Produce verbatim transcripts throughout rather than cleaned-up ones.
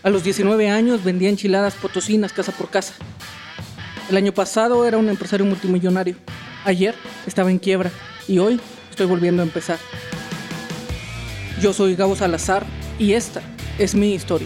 A los diecinueve años vendía enchiladas potosinas casa por casa. El año pasado era un empresario multimillonario. Ayer estaba en quiebra y hoy estoy volviendo a empezar. Yo soy Gabo Salazar y esta es mi historia.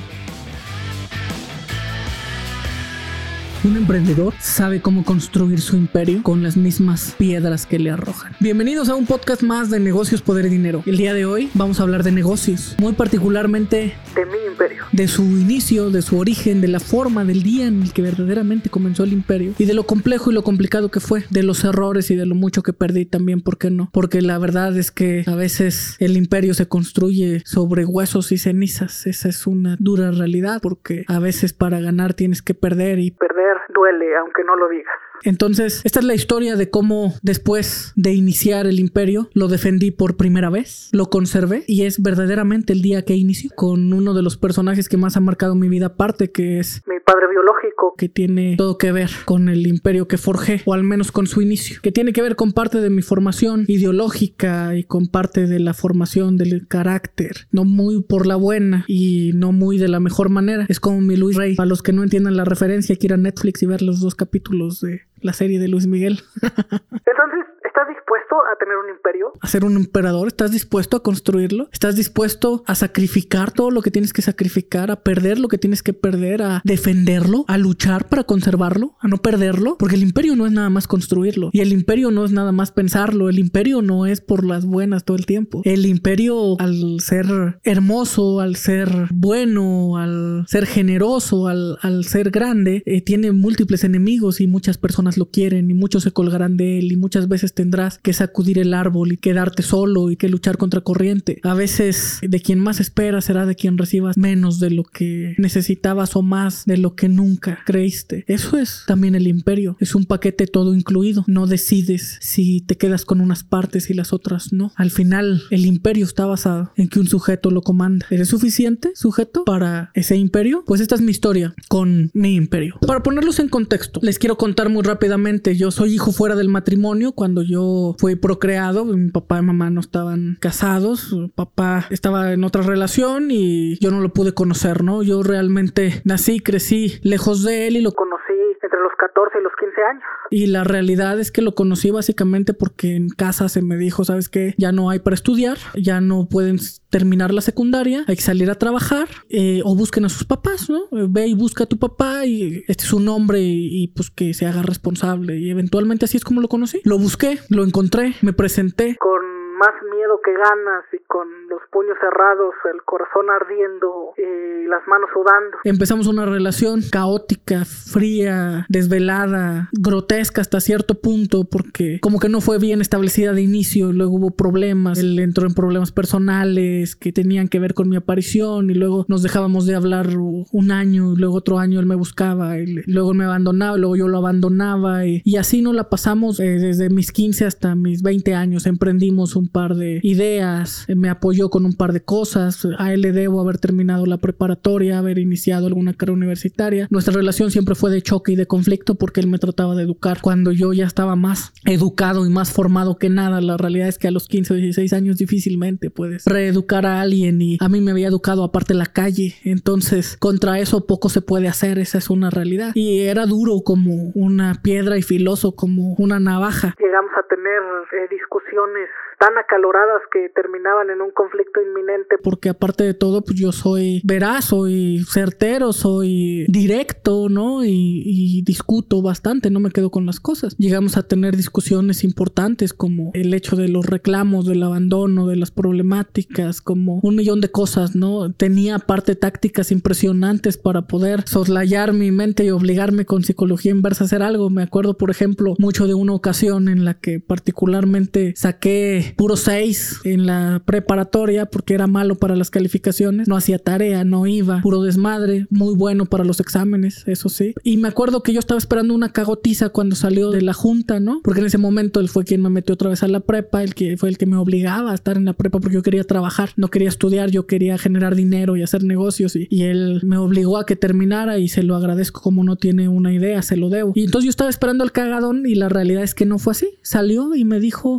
Un emprendedor sabe cómo construir su imperio con las mismas piedras que le arrojan. Bienvenidos a un podcast más de Negocios, Poder y Dinero. El día de hoy vamos a hablar de negocios, muy particularmente de mi imperio, de su inicio, de su origen, de la forma, del día en el que verdaderamente comenzó el imperio y de lo complejo y lo complicado que fue, de los errores y de lo mucho que perdí también, ¿por qué no? Porque la verdad es que a veces el imperio se construye sobre huesos y cenizas. Esa es una dura realidad, porque a veces para ganar tienes que perder y perder duele, aunque no lo digas. Entonces, esta es la historia de cómo después de iniciar el imperio lo defendí por primera vez, lo conservé y es verdaderamente el día que inició con uno de los personajes que más ha marcado mi vida aparte, que es mi padre biológico, que tiene todo que ver con el imperio que forjé, o al menos con su inicio, que tiene que ver con parte de mi formación ideológica y con parte de la formación del carácter, no muy por la buena y no muy de la mejor manera. Es como mi Luis Rey. Para los que no entiendan la referencia, hay que ir a Netflix y ver los dos capítulos de la serie de Luis Miguel. Entonces, ¿estás dispuesto a tener un imperio? ¿A ser un emperador? ¿Estás dispuesto a construirlo? ¿Estás dispuesto a sacrificar todo lo que tienes que sacrificar? ¿A perder lo que tienes que perder? ¿A defenderlo? ¿A luchar para conservarlo? ¿A no perderlo? Porque el imperio no es nada más construirlo. Y el imperio no es nada más pensarlo. El imperio no es por las buenas todo el tiempo. El imperio, al ser hermoso, al ser bueno, al ser generoso, al, al ser grande, eh, tiene múltiples enemigos y muchas personas lo quieren y muchos se colgarán de él y muchas veces tendrás que sacudir el árbol y quedarte solo y que luchar contra corriente. A veces de quien más esperas será de quien recibas menos de lo que necesitabas o más de lo que nunca creíste. Eso es también el imperio. Es un paquete todo incluido. No decides si te quedas con unas partes y las otras no. Al final el imperio está basado en que un sujeto lo comanda. ¿Eres suficiente sujeto para ese imperio? Pues esta es mi historia con mi imperio. Para ponerlos en contexto, les quiero contar muy rápidamente. Yo soy hijo fuera del matrimonio. Cuando yo fui procreado, mi papá y mamá no estaban casados, su papá estaba en otra relación y yo no lo pude conocer, ¿no? Yo realmente nací, crecí lejos de él y lo conocí entre los catorce y los quince años. Y la realidad es que lo conocí básicamente porque en casa se me dijo, ¿sabes qué? Ya no hay para estudiar, ya no pueden terminar la secundaria, hay que salir a trabajar, eh, o busquen a sus papás, ¿no? Ve y busca a tu papá y este es un hombre y, y pues que se haga responsable. Y eventualmente así es como lo conocí. Lo busqué, lo encontré, me presenté con más miedo que ganas y con los puños cerrados, el corazón ardiendo y las manos sudando. Empezamos una relación caótica, fría, desvelada, grotesca hasta cierto punto, porque como que no fue bien establecida de inicio, luego hubo problemas, él entró en problemas personales que tenían que ver con mi aparición y luego nos dejábamos de hablar un año y luego otro año él me buscaba y luego me abandonaba, luego yo lo abandonaba y, y así nos la pasamos eh, desde mis quince hasta mis veinte años. Emprendimos un par de ideas, me apoyó con un par de cosas, a él le debo haber terminado la preparatoria, haber iniciado alguna carrera universitaria. Nuestra relación siempre fue de choque y de conflicto porque él me trataba de educar cuando yo ya estaba más educado y más formado que nada. La realidad es que a los quince o dieciséis años difícilmente puedes reeducar a alguien y a mí me había educado aparte la calle, entonces contra eso poco se puede hacer, esa es una realidad. Y era duro como una piedra y filoso como una navaja. Llegamos a tener eh, discusiones tan acaloradas que terminaban en un conflicto inminente. Porque aparte de todo, pues yo soy veraz, soy certero, soy directo, ¿no? Y, y discuto bastante, no me quedo con las cosas. Llegamos a tener discusiones importantes como el hecho de los reclamos, del abandono, de las problemáticas, como un millón de cosas, ¿no? Tenía aparte tácticas impresionantes para poder soslayar mi mente y obligarme con psicología inversa a hacer algo. Me acuerdo, por ejemplo, mucho de una ocasión en la que particularmente saqué puro seis en la preparatoria porque era malo para las calificaciones, no hacía tarea, no iba, puro desmadre, muy bueno para los exámenes, eso sí. Y me acuerdo que yo estaba esperando una cagotiza cuando salió de la junta, ¿no? Porque en ese momento él fue quien me metió otra vez a la prepa, el que fue el que me obligaba a estar en la prepa porque yo quería trabajar, no quería estudiar, yo quería generar dinero y hacer negocios y, y él me obligó a que terminara y se lo agradezco como no tiene una idea, se lo debo. Y entonces yo estaba esperando el cagadón y la realidad es que no fue así. Salió y me dijo: felicidades.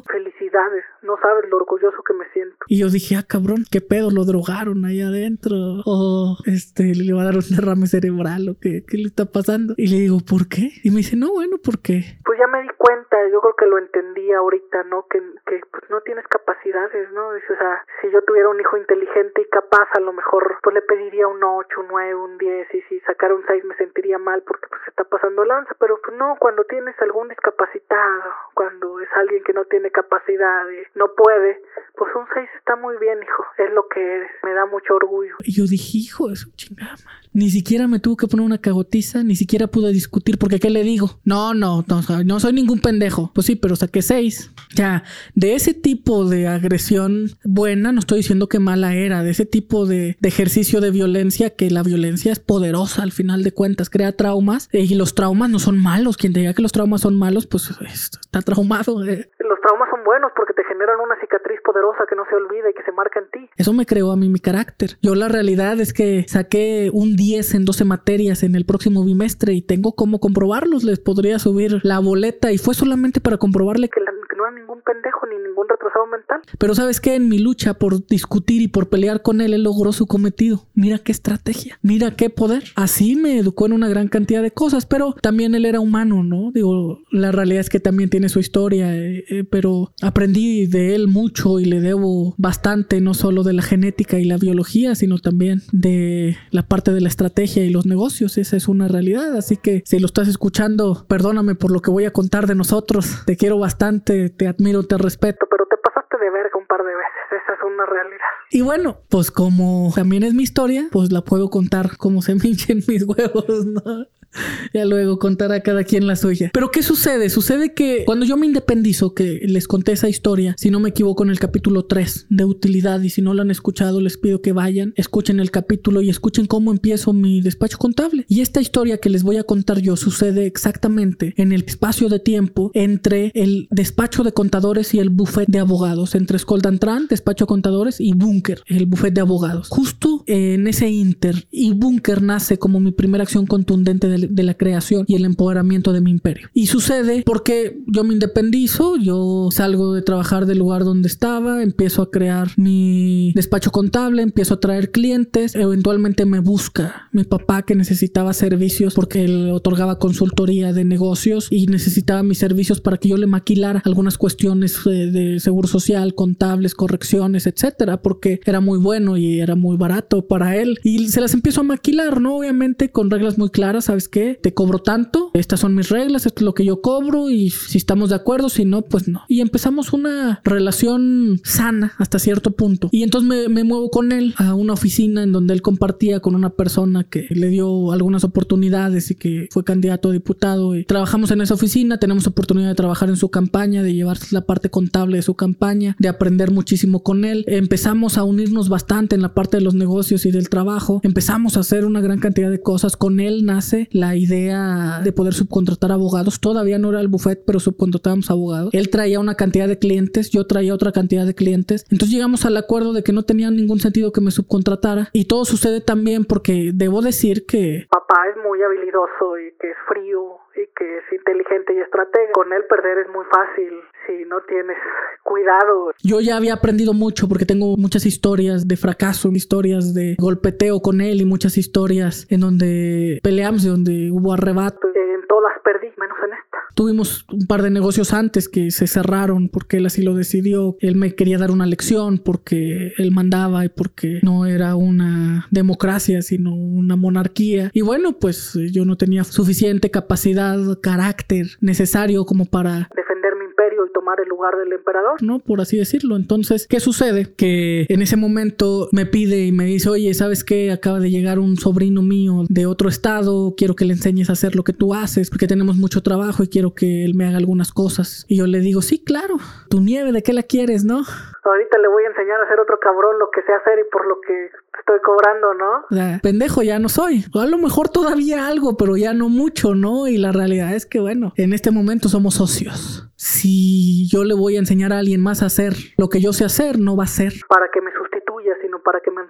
capacidades, no sabes lo orgulloso que me siento. Y yo dije, ah, cabrón, ¿qué pedo? ¿Lo drogaron ahí adentro? O este, le va a dar un derrame cerebral, ¿o qué, qué le está pasando? Y le digo, ¿por qué? Y me dice, no, bueno, ¿por qué? Pues ya me di cuenta, yo creo que lo entendí ahorita, ¿no? Que, que pues no tienes capacidades, ¿no? Dice, o sea, si yo tuviera un hijo inteligente y capaz, a lo mejor, pues le pediría un ocho, un nueve, un diez, y si sacara un seis me sentiría mal porque pues se está pasando lanza, pero pues no, cuando tienes algún discapacitado, cuando es alguien que no tiene capacidad y no puede, pues un seis está muy bien, hijo, es lo que eres, me da mucho orgullo. Y yo dije, hijo de su chingada madre. Ni siquiera me tuvo que poner una cagotiza, ni siquiera pude discutir, porque ¿qué le digo? No, no, no, no soy ningún pendejo. Pues sí, pero saqué seis. Ya, de ese tipo de agresión buena, no estoy diciendo que mala era, de ese tipo de, de ejercicio de violencia, que la violencia es poderosa al final de cuentas, crea traumas, eh, y los traumas no son malos. Quien te diga que los traumas son malos, pues está traumado. Eh. Los traumas son buenos porque te generan una cicatriz poderosa que no se olvida y que se marca en ti. Eso me creó a mí mi carácter. Yo la realidad es que saqué un diez en doce materias en el próximo bimestre y tengo cómo comprobarlos. Les podría subir la boleta y fue solamente para comprobarle que, la, que no era ningún pendejo ni ningún retrasado mental. Pero ¿sabes qué? En mi lucha por discutir y por pelear con él, él logró su cometido. Mira qué estrategia, mira qué poder. Así me educó en una gran cantidad de cosas, pero también él era humano, ¿no? Digo, la realidad es que también tiene su historia, eh, eh, pero aprendí de él mucho y le debo bastante, no solo de la genética y la biología, sino también de la parte de la estrategia y los negocios. Esa es una realidad, así que si lo estás escuchando, perdóname por lo que voy a contar de nosotros. Te quiero bastante, te admiro, te respeto, pero te pasaste de verga un par de veces. Esa es una realidad. Y bueno, pues como también es mi historia, pues la puedo contar como se me hinchen mis huevos, ¿no? Ya luego contará cada quien la suya. Pero ¿qué sucede? Sucede que cuando yo me independizo, que les conté esa historia, si no me equivoco, en el capítulo tres de utilidad, y si no lo han escuchado, les pido que vayan, escuchen el capítulo y escuchen cómo empiezo mi despacho contable. Y esta historia que les voy a contar yo sucede exactamente en el espacio de tiempo entre el despacho de contadores y el buffet de abogados, entre Skoldan Tran, despacho de contadores, y Bunker, el buffet de abogados. Justo en ese inter, y Bunker nace como mi primera acción contundente de de la creación y el empoderamiento de mi imperio. Y sucede porque yo me independizo, yo salgo de trabajar del lugar donde estaba, empiezo a crear mi despacho contable, empiezo a traer clientes, eventualmente me busca mi papá, que necesitaba servicios porque él otorgaba consultoría de negocios y necesitaba mis servicios para que yo le maquilara algunas cuestiones de, de seguro social, contables, correcciones, etcétera, porque era muy bueno y era muy barato para él, y se las empiezo a maquilar, ¿no? Obviamente con reglas muy claras. ¿Sabes qué? Te cobro tanto, estas son mis reglas, esto es lo que yo cobro, y si estamos de acuerdo, si no, pues no. Y empezamos una relación sana hasta cierto punto. Y entonces me, me muevo con él a una oficina en donde él compartía con una persona que le dio algunas oportunidades y que fue candidato a diputado, y trabajamos en esa oficina, tenemos oportunidad de trabajar en su campaña, de llevar la parte contable de su campaña, de aprender muchísimo con él. Empezamos a unirnos bastante en la parte de los negocios y del trabajo, empezamos a hacer una gran cantidad de cosas. Con él nace la idea de poder subcontratar abogados. Todavía no era el buffet, pero subcontratábamos abogados. Él traía una cantidad de clientes, yo traía otra cantidad de clientes. Entonces llegamos al acuerdo de que no tenía ningún sentido que me subcontratara. Y todo sucede también porque debo decir que papá es muy habilidoso y que es frío y que es inteligente y estratega. Con él perder es muy fácil si no tienes cuidado. Yo ya había aprendido mucho porque tengo muchas historias de fracaso, historias de golpeteo con él y muchas historias en donde peleamos, en donde hubo arrebato. En todas perdí, menos en esta. Tuvimos un par de negocios antes que se cerraron porque él así lo decidió. Él me quería dar una lección porque él mandaba y porque no era una democracia, sino una monarquía. Y bueno, pues yo no tenía suficiente capacidad, carácter necesario como para defender mi imperio y tomar el lugar del emperador, ¿no? Por así decirlo. Entonces, ¿qué sucede? Que en ese momento me pide y me dice, oye, ¿sabes qué? Acaba de llegar un sobrino mío de otro estado, quiero que le enseñes a hacer lo que tú haces porque tenemos mucho trabajo y quiero que él me haga algunas cosas. Y yo le digo, sí, claro, tu nieve, ¿de qué la quieres, no? Ahorita le voy a enseñar a hacer otro cabrón lo que sé hacer y por lo que estoy cobrando, ¿no? O sea, pendejo ya no soy. O a lo mejor todavía algo, pero ya no mucho, ¿no? Y la realidad es que, bueno, en este momento somos socios. Si yo le voy a enseñar a alguien más a hacer lo que yo sé hacer, no va a ser para que me sustituya, sino para que me enriquezca.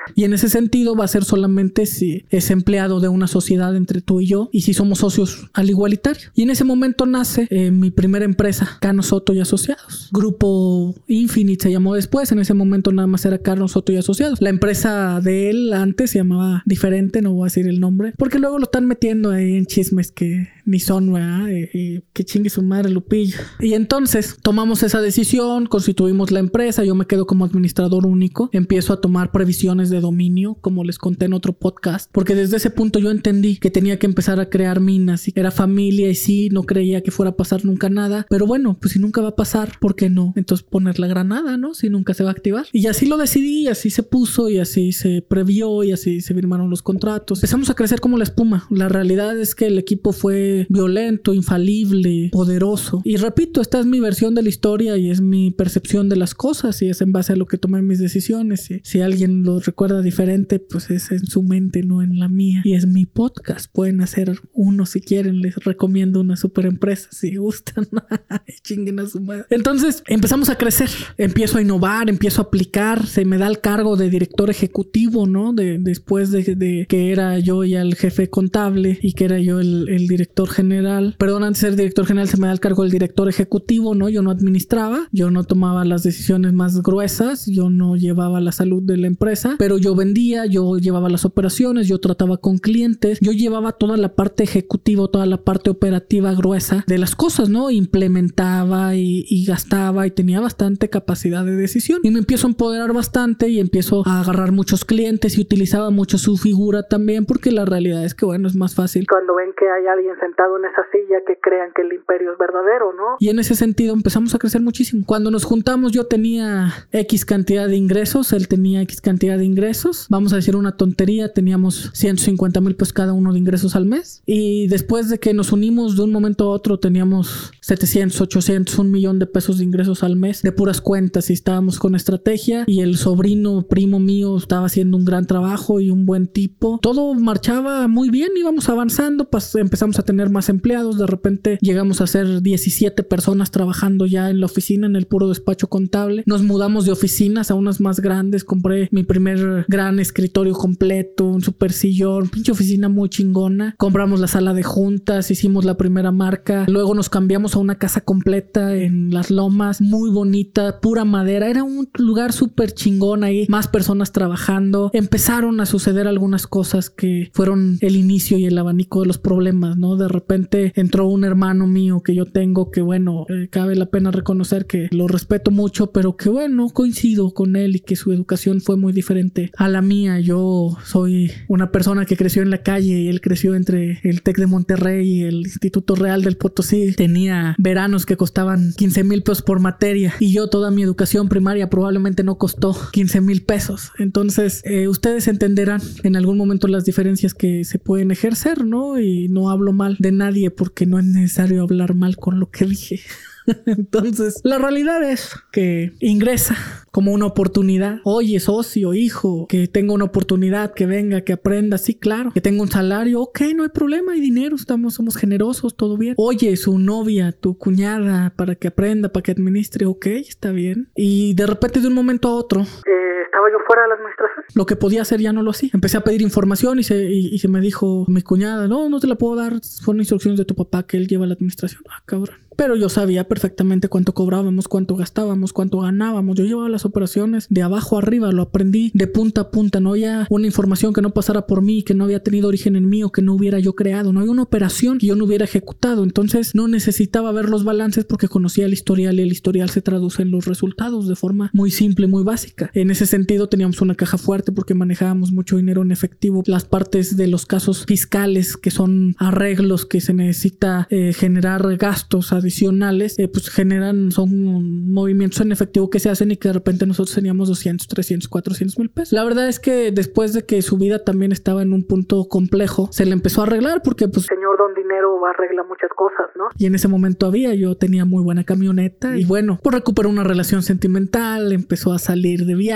Y en ese sentido va a ser solamente si es empleado de una sociedad entre tú y yo y si somos socios al igualitario. Y en ese momento nace eh, mi primera empresa, Cano Soto y Asociados. Grupo Infinite se llamó después. En ese momento nada más era Cano Soto y Asociados. La empresa de él antes se llamaba diferente, no voy a decir el nombre, porque luego lo están metiendo ahí en chismes que ni son, ¿verdad? Y, y que chingue su madre Lupillo. Y entonces tomamos esa decisión, constituimos la empresa, yo me quedo como administrador único, empiezo a tomar previsiones de dominio, como les conté en otro podcast, porque desde ese punto yo entendí que tenía que empezar a crear minas, y era familia y sí, no creía que fuera a pasar nunca nada, pero bueno, pues si nunca va a pasar, ¿por qué no? Entonces poner la granada, ¿no? Si nunca se va a activar. Y así lo decidí, y así se puso, y así se previó, y así se firmaron los contratos. Empezamos a crecer como la espuma. La realidad es que el equipo fue violento, infalible, poderoso. Y repito, esta es mi versión de la historia y es mi percepción de las cosas y es en base a lo que tomé mis decisiones. Y si alguien lo recuerda diferente, pues es en su mente, no en la mía. Y es mi podcast. Pueden hacer uno si quieren. Les recomiendo una super empresa si gustan. Chinguen a su madre. Entonces empezamos a crecer. Empiezo a innovar, empiezo a aplicar. Se me da el cargo de director ejecutivo, ¿no? De, después de, de que era yo ya el jefe contable y que era yo el, el director general. Perdón, antes de ser director general se me da el cargo del director ejecutivo, ¿no? Yo no administraba, yo no tomaba las decisiones más gruesas, yo no llevaba la salud de la empresa, pero yo vendía, yo llevaba las operaciones, yo trataba con clientes, yo llevaba toda la parte ejecutiva, toda la parte operativa gruesa de las cosas, ¿no? Implementaba y, y gastaba y tenía bastante capacidad de decisión. Y me empiezo a empoderar bastante y empiezo a agarrar muchos clientes y utilizaba mucho su figura también, porque la realidad es que, bueno, es más fácil cuando ven que hay alguien sentado en esa silla que crean que el imperio es verdadero, ¿no? Y en ese sentido empezamos a crecer muchísimo. Cuando nos juntamos yo tenía X cantidad de ingresos, él tenía X cantidad de ingresos. Vamos a decir una tontería, teníamos ciento cincuenta mil pesos cada uno de ingresos al mes. Y después de que nos unimos de un momento a otro teníamos setecientos, ochocientos, un millón de pesos de ingresos al mes de puras cuentas y estábamos con estrategia y el sobrino primo mío estaba haciendo un gran trabajo y un buen tipo. Todo marchaba muy bien, íbamos avanzando, pues empezamos a tener más empleados, de repente llegamos a ser diecisiete personas trabajando ya en la oficina, en el puro despacho contable. Nos mudamos de oficinas a unas más grandes, compré mi primer gran escritorio completo, un super sillón, pinche oficina muy chingona. Compramos la sala de juntas, hicimos la primera marca, luego nos cambiamos a una casa completa en Las Lomas, muy bonita, pura madera, era un lugar súper chingón ahí, más personas trabajando. Empezaron a suceder algunas cosas que fueron el inicio y el abanico de los problemas, ¿no? De repente entró un hermano mío que yo tengo que, bueno, eh, cabe la pena reconocer que lo respeto mucho, pero que, bueno, coincido con él y que su educación fue muy diferente a la mía. Yo soy una persona que creció en la calle y él creció entre el TEC de Monterrey y el Instituto Real del Potosí. Tenía veranos que costaban quince mil pesos por materia y yo toda mi educación primaria probablemente no costó quince mil pesos. Entonces, eh, ustedes entenderán en algún momento las diferencias que se pueden ejercer, ¿no? Y no hablo mal de nadie porque no es necesario hablar mal con lo que dije. Entonces, la realidad es que ingresa como una oportunidad. Oye, socio, hijo, que tenga una oportunidad, que venga, que aprenda. Sí, claro. Que tenga un salario. Ok, no hay problema, hay dinero, estamos, somos generosos, todo bien. Oye, su novia, tu cuñada, para que aprenda, para que administre. Ok, está bien. Y de repente, de un momento a otro, eh, estaba yo fuera de la administración. Lo que podía hacer ya no lo hacía. Empecé a pedir información y se, y, y se me dijo mi cuñada, no, no te la puedo dar. Fueron instrucciones de tu papá que él lleva la administración. Ah, cabrón. Pero yo sabía perfectamente cuánto cobrábamos, cuánto gastábamos, cuánto ganábamos. Yo llevaba las operaciones de abajo a arriba, lo aprendí de punta a punta. No había una información que no pasara por mí, que no había tenido origen en mí o que no hubiera yo creado. No había una operación que yo no hubiera ejecutado. Entonces no necesitaba ver los balances porque conocía el historial y el historial se traduce en los resultados de forma muy simple, muy básica. En ese sentido teníamos una caja fuerte porque manejábamos mucho dinero en efectivo. Las partes de los casos fiscales, que son arreglos que se necesita eh, generar gastos adicionales, eh, pues generan, son movimientos en efectivo que se hacen y que de repente nosotros teníamos doscientos, trescientos, cuatrocientos mil pesos. La verdad es que después de que su vida también estaba en un punto complejo, se le empezó a arreglar porque pues señor don dinero arregla muchas cosas, ¿no? Y en ese momento había, yo tenía muy buena camioneta y bueno, pues recuperó una relación sentimental, empezó a salir de viaje,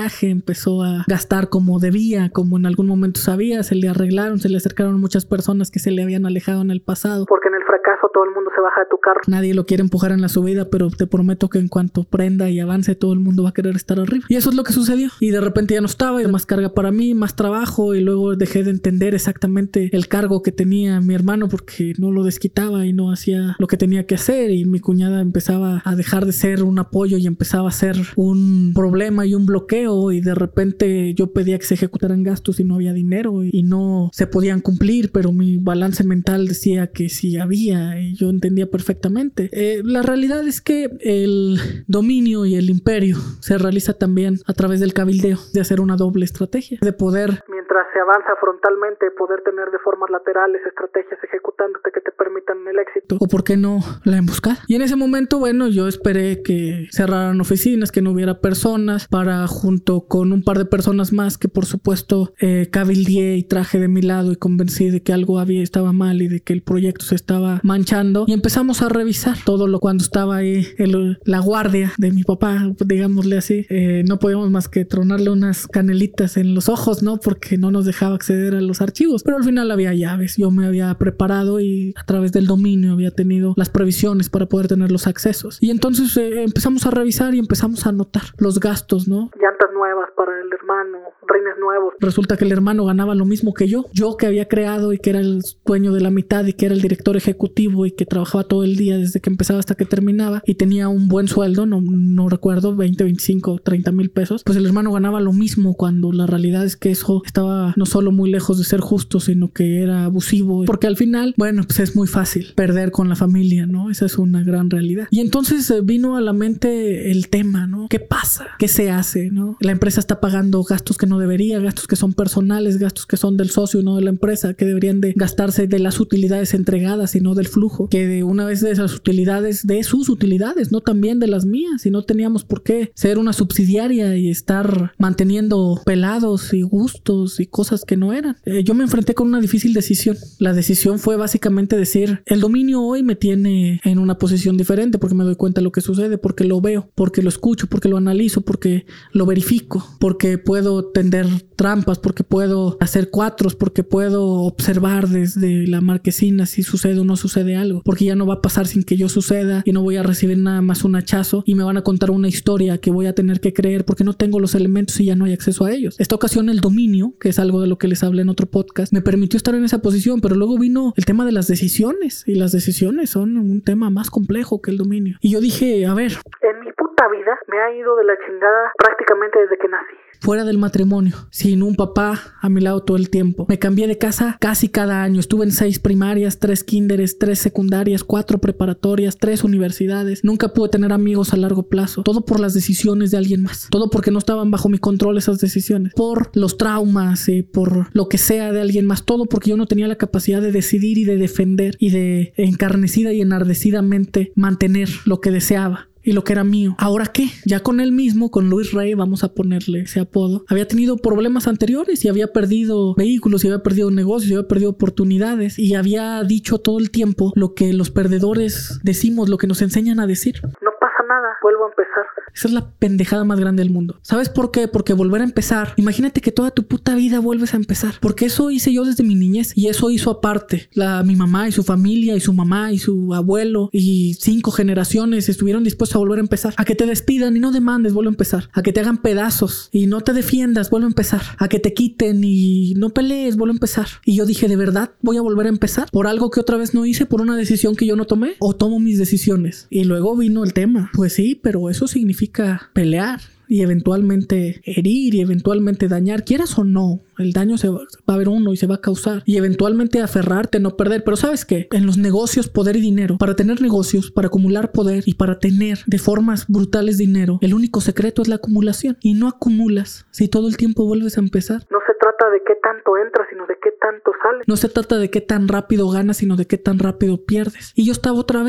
empezó a gastar como debía, como en algún momento sabía, se le arreglaron, se le acercaron muchas personas que se le habían alejado en el pasado. Porque en el fracaso todo el mundo se baja de tu carro. Nadie lo quiere empujar en la subida, pero te prometo que en cuanto prenda y avance, todo el mundo va a querer estar arriba. Y eso es lo que sucedió. Y de repente ya no estaba, y más carga para mí, más trabajo, y luego dejé de entender exactamente el cargo que tenía mi hermano porque no lo desquitaba y no hacía lo que tenía que hacer, y mi cuñada empezaba a dejar de ser un apoyo y empezaba a ser un problema y un bloqueo, y de repente yo pedía que se ejecutaran gastos y no había dinero y no se podían cumplir, pero mi balance mental decía que sí había, y yo entendía perfectamente. Eh, la realidad es que el dominio y el imperio se realiza también a través del cabildeo, de hacer una doble estrategia, de poder, mientras se avanza frontalmente, poder tener de formas laterales estrategias ejecutándote que te permitan el éxito. O por qué no la emboscada. Y en ese momento, bueno, yo esperé que cerraran oficinas, que no hubiera personas, para junto con un par de personas más que por supuesto eh, cabildeé y traje de mi lado y convencí de que algo había, estaba mal y de que el proyecto se estaba manchando, y empezamos a revisar todo lo cuando estaba ahí el, la guardia de mi papá, digámosle así. Eh, no podíamos más que tronarle unas canelitas en los ojos, ¿no? Porque no nos dejaba acceder a los archivos, pero al final había llaves. Yo me había preparado y a través del dominio había tenido las previsiones para poder tener los accesos. Y entonces eh, empezamos a revisar y empezamos a anotar los gastos, ¿no? Llantas nuevas para el hermano, rines nuevos. Resulta que el hermano ganaba lo mismo que yo. Yo que había creado y que era el dueño de la mitad y que era el director ejecutivo y que trabajaba todo el día desde que empezaba hasta que terminaba y tenía un buen sueldo, no, no recuerdo, veinte, veinticinco, treinta mil pesos. Pues el hermano ganaba lo mismo, cuando la realidad es que eso estaba no solo muy lejos de ser justo, sino que era abusivo. Porque al final, bueno, pues es muy fácil perder con la familia, ¿no? Esa es una gran realidad. Y entonces eh, vino a la mente el tema, ¿no? ¿Qué pasa? ¿Qué se hace, no? La empresa está pagando gastos que no debería, gastos que son personales, gastos que son del socio, no de la empresa, que deberían de gastarse de las utilidades entregadas y no del flujo, que de una vez de esas utilidades, de sus utilidades, no también de las mías, y no teníamos por qué ser una subsidiaria y estar manteniendo pelados y gustos y cosas que no eran. Eh, yo me enfrenté con una difícil decisión. La decisión fue básicamente decir, el dominio hoy me tiene en una posición diferente porque me doy cuenta de lo que sucede, porque lo veo, porque lo escucho, porque lo analizo, porque lo verifico, porque puedo tender trampas, porque puedo hacer cuatros, porque puedo observar desde la marquesina si sucede o no sucede algo, porque ya no va a pasar sin que yo suceda y no voy a recibir nada más un hachazo y me van a contar una historia que voy a tener que creer porque no tengo los elementos y ya no hay acceso a ellos. Esta ocasión el dominio, que es algo de lo que les hablé en otro podcast, me permitió estar en esa posición, pero luego vino el tema de las decisiones, y las decisiones son un tema más complejo que el dominio. Y yo dije, a ver, en mi puta vida me ha ido de la chingada prácticamente desde que nací. Fuera del matrimonio, sin un papá a mi lado todo el tiempo. Me cambié de casa casi cada año. Estuve en seis primarias, tres kinderes, tres secundarias, cuatro preparatorias, tres universidades. Nunca pude tener amigos a largo plazo. Todo por las decisiones de alguien más. Todo porque no estaban bajo mi control esas decisiones. Por los traumas, eh, por lo que sea de alguien más. Todo porque yo no tenía la capacidad de decidir y de defender y de encarnecida y enardecidamente mantener lo que deseaba y lo que era mío. ¿Ahora qué? Ya con él mismo, con Luis Rey, vamos a ponerle ese apodo, había tenido problemas anteriores y había perdido vehículos y había perdido negocios y había perdido oportunidades y había dicho todo el tiempo lo que los perdedores decimos, lo que nos enseñan a decir. No pasa nada, vuelvo a empezar. Esa es la pendejada más grande del mundo. ¿Sabes por qué? Porque volver a empezar, imagínate que toda tu puta vida vuelves a empezar, porque eso hice yo desde mi niñez y eso hizo aparte la, mi mamá y su familia y su mamá y su abuelo y cinco generaciones estuvieron dispuestos a volver a empezar, a que te despidan y no demandes, vuelvo a empezar, a que te hagan pedazos y no te defiendas, vuelvo a empezar, a que te quiten y no pelees, vuelvo a empezar. Y yo dije, ¿de verdad voy a volver a empezar? ¿Por algo que otra vez no hice? ¿Por una decisión que yo no tomé? ¿O tomo mis decisiones? Y luego vino el tema, pues sí, pero eso significa pelear y eventualmente herir y eventualmente dañar, quieras o no. El daño se va, va a haber uno y se va a causar. Y eventualmente aferrarte, no perder. Pero ¿sabes qué? En los negocios, poder y dinero. Para tener negocios, para acumular poder y para tener de formas brutales dinero, el único secreto es la acumulación. Y no acumulas si todo el tiempo vuelves a empezar. No se trata de qué tanto entras, sino de qué tanto sales. No se trata de qué tan rápido ganas, sino de qué tan rápido pierdes. Y yo estaba otra vez ahí.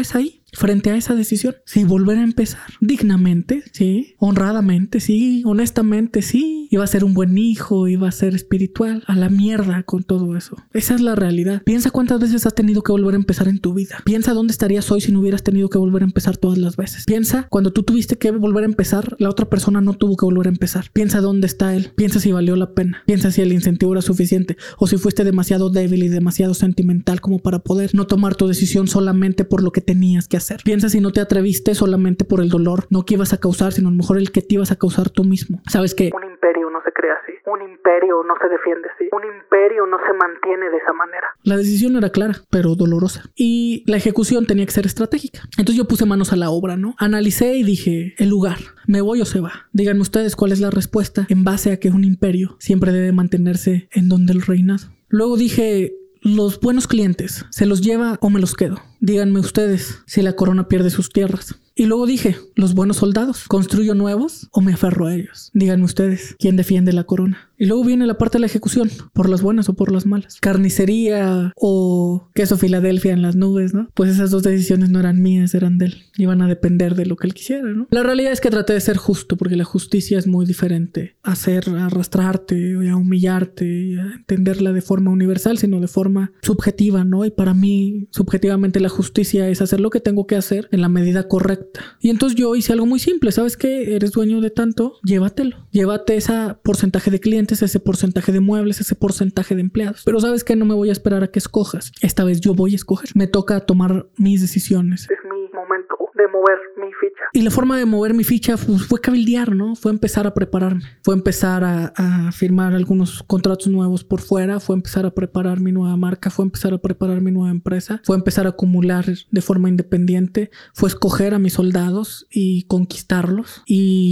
frente a esa decisión? Si volver a empezar dignamente, sí, honradamente, sí, honestamente, sí, iba a ser un buen hijo, iba a ser espiritual, a la mierda con todo eso. Esa es la realidad. Piensa cuántas veces has tenido que volver a empezar en tu vida. Piensa dónde estarías hoy si no hubieras tenido que volver a empezar todas las veces. Piensa cuando tú tuviste que volver a empezar, la otra persona no tuvo que volver a empezar. Piensa dónde está él. Piensa si valió la pena. Piensa si el incentivo era suficiente o si fuiste demasiado débil y demasiado sentimental como para poder no tomar tu decisión solamente por lo que tenías que hacer. Piensa si no te atreviste solamente por el dolor, no que ibas a causar, sino a lo mejor el que te ibas a causar tú mismo. ¿Sabes qué? Un imperio no se crea así. Un imperio no se defiende así. Un imperio no se mantiene de esa manera. La decisión era clara, pero dolorosa. Y la ejecución tenía que ser estratégica. Entonces yo puse manos a la obra, ¿no? Analicé y dije, el lugar, ¿me voy o se va? Díganme ustedes cuál es la respuesta en base a que un imperio siempre debe mantenerse en donde el reinado. Luego dije, los buenos clientes, ¿se los lleva o me los quedo? Díganme ustedes si la corona pierde sus tierras. Y luego dije, los buenos soldados, ¿construyo nuevos o me aferro a ellos? Díganme ustedes, ¿quién defiende la corona? Y luego viene la parte de la ejecución, por las buenas o por las malas. Carnicería o queso Filadelfia en las nubes, ¿no? Pues esas dos decisiones no eran mías, eran de él. Iban a depender de lo que él quisiera, ¿no? La realidad es que traté de ser justo, porque la justicia es muy diferente a hacer, a arrastrarte, a humillarte, a entenderla de forma universal, sino de forma subjetiva, ¿no? Y para mí, subjetivamente, la justicia es hacer lo que tengo que hacer en la medida correcta. Y entonces yo hice algo muy simple. ¿Sabes qué? Eres dueño de tanto, llévatelo. Llévate ese porcentaje de clientes, ese porcentaje de muebles, ese porcentaje de empleados. Pero ¿sabes qué? No me voy a esperar a que escojas. Esta vez yo voy a escoger. Me toca tomar mis decisiones. Es mi momento de mover mi ficha. Y la forma de mover mi ficha pues, fue cabildear, ¿no? Fue empezar a prepararme. Fue empezar a, a firmar algunos contratos nuevos por fuera. Fue empezar a preparar mi nueva marca. Fue empezar a preparar mi nueva empresa. Fue empezar a acumular de forma independiente. Fue escoger a mis soldados y conquistarlos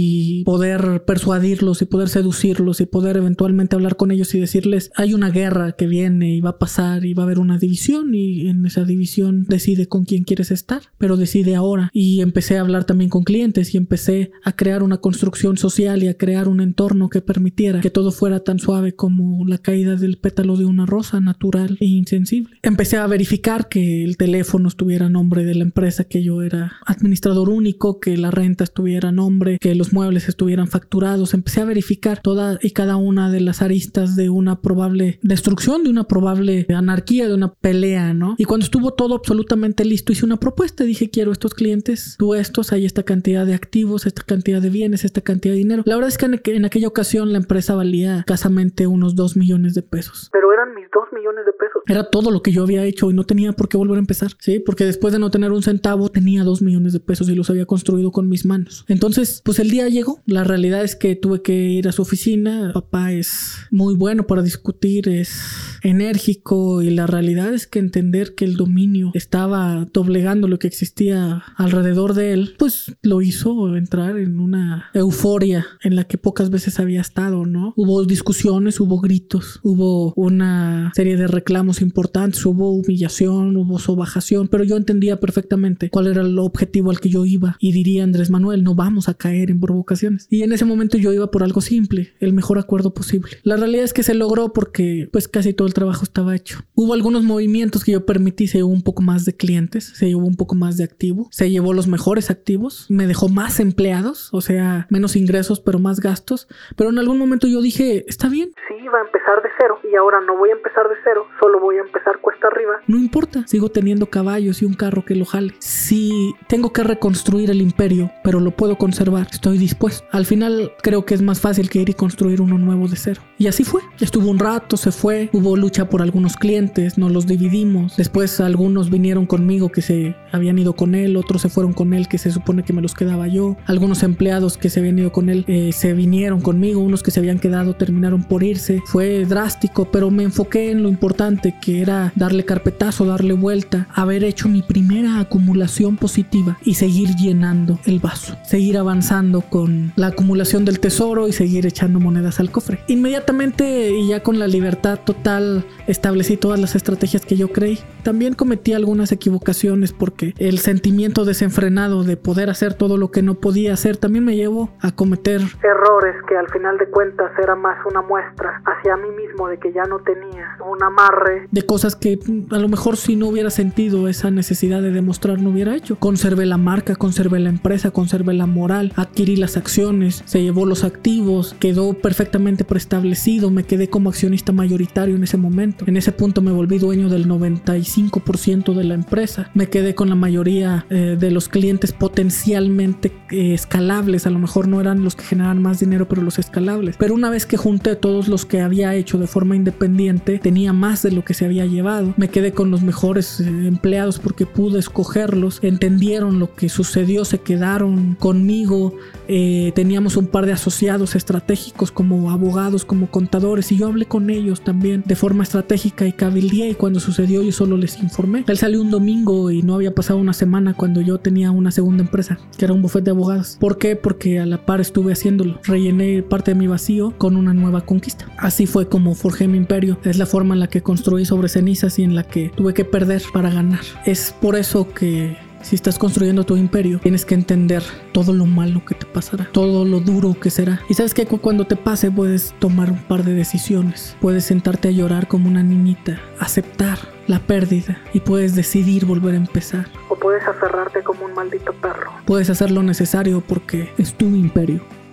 y poder persuadirlos y poder seducirlos y poder eventualmente hablar con ellos y decirles, hay una guerra que viene y va a pasar y va a haber una división y en esa división decide con quién quieres estar, pero decide ahora. Y empecé a hablar también con clientes y empecé a crear una construcción social y a crear un entorno que permitiera que todo fuera tan suave como la caída del pétalo de una rosa, natural e insensible. Empecé a verificar que el teléfono estuviera a nombre de la empresa, que yo era administrador único, que la renta estuviera a nombre, que los muebles estuvieran facturados. Empecé a verificar toda y cada una de las aristas de una probable destrucción, de una probable anarquía, de una pelea, ¿no? Y cuando estuvo todo absolutamente listo, hice una propuesta. Dije, quiero estos clientes, tú estos, hay esta cantidad de activos, esta cantidad de bienes, esta cantidad de dinero. La verdad es que en, en aquella ocasión la empresa valía escasamente unos dos millones de pesos. Pero eran mis dos millones de pesos. Era todo lo que yo había hecho y no tenía por qué volver a empezar, ¿sí? Porque después de no tener un centavo, tenía dos millones de pesos y los había construido con mis manos. Entonces, pues el día llegó. La realidad es que tuve que ir a su oficina. Papá es muy bueno para discutir, es enérgico y la realidad es que entender que el dominio estaba doblegando lo que existía alrededor de él, pues lo hizo entrar en una euforia en la que pocas veces había estado, ¿no? Hubo discusiones, hubo gritos, hubo una serie de reclamos importantes, hubo humillación, hubo sobajación, pero yo entendía perfectamente cuál era el objetivo al que yo iba y diría Andrés Manuel, no vamos a caer en provocaciones. Y en ese momento yo iba por algo simple, el mejor acuerdo posible. La realidad es que se logró porque pues casi todo el trabajo estaba hecho. Hubo algunos movimientos que yo permití, se llevó un poco más de clientes, se llevó un poco más de activo, se llevó los mejores activos, me dejó más empleados, o sea, menos ingresos pero más gastos, pero en algún momento yo dije, está bien. Sí, iba a empezar de cero y ahora no voy a empezar de cero, solo voy a empezar cuesta arriba. No importa, sigo teniendo caballos y un carro que lo jale. Si tengo que reconstruir el imperio, pero lo puedo conservar, estoy dispuesto. Al final creo que es más fácil que ir y construir uno nuevo de cero. Y así fue. Estuvo un rato, se fue, hubo lucha por algunos clientes, nos los dividimos. Después algunos vinieron conmigo que se habían ido con él, otros se fueron con él que se supone que me los quedaba yo. Algunos empleados que se habían ido con él eh, se vinieron conmigo, unos que se habían quedado terminaron por irse. Fue drástico, pero me enfoqué en lo importante que era darle carpetazo, darle vuelta, haber hecho mi primera acumulación positiva y seguir llenando el vaso, seguir avanzando con la acumulación del tesoro y seguir echando monedas al cofre. Inmediatamente y ya con la libertad total establecí todas las estrategias que yo creí. También cometí algunas equivocaciones porque el sentimiento desenfrenado de poder hacer todo lo que no podía hacer también me llevó a cometer errores que al final de cuentas era más una muestra hacia mí mismo de que ya no tenía un amarre de cosas que a lo mejor si no hubiera sentido esa necesidad de demostrar no hubiera hecho. Conservé la marca, conservé la empresa, conservé la moral, adquirí las acciones, se llevó los activos, quedó perfectamente preestablecido, me quedé como accionista mayoritario en ese momento. En ese punto me volví dueño del noventa y cinco por ciento de la empresa, me quedé con la mayoría eh, de los clientes potencialmente eh, escalables, a lo mejor no eran los que generaban más dinero, pero los escalables. Pero una vez que junté todos los que había hecho de forma independiente, tenía más de lo que se había llevado. Me quedé con los mejores eh, empleados porque pude escogerlos, entendieron lo que sucedió, se quedaron conmigo. Eh, teníamos un par de asociados estratégicos como abogados, como contadores, y yo hablé con ellos también de forma estratégica y cabildeé, y cuando sucedió yo solo les informé. Él salió un domingo y no había pasado una semana cuando yo tenía una segunda empresa, que era un bufete de abogados. ¿Por qué? Porque a la par estuve haciéndolo. Rellené parte de mi vacío con una nueva conquista. Así fue como forjé mi imperio. Es la forma en la que construí sobre cenizas y en la que tuve que perder para ganar. Es por eso que si estás construyendo tu imperio, tienes que entender todo lo malo que te pasará, todo lo duro que será. Y sabes que cuando te pase puedes tomar un par de decisiones. Puedes sentarte a llorar como una niñita, aceptar la pérdida y puedes decidir volver a empezar. O puedes aferrarte como un maldito perro. Puedes hacer lo necesario porque es tu imperio.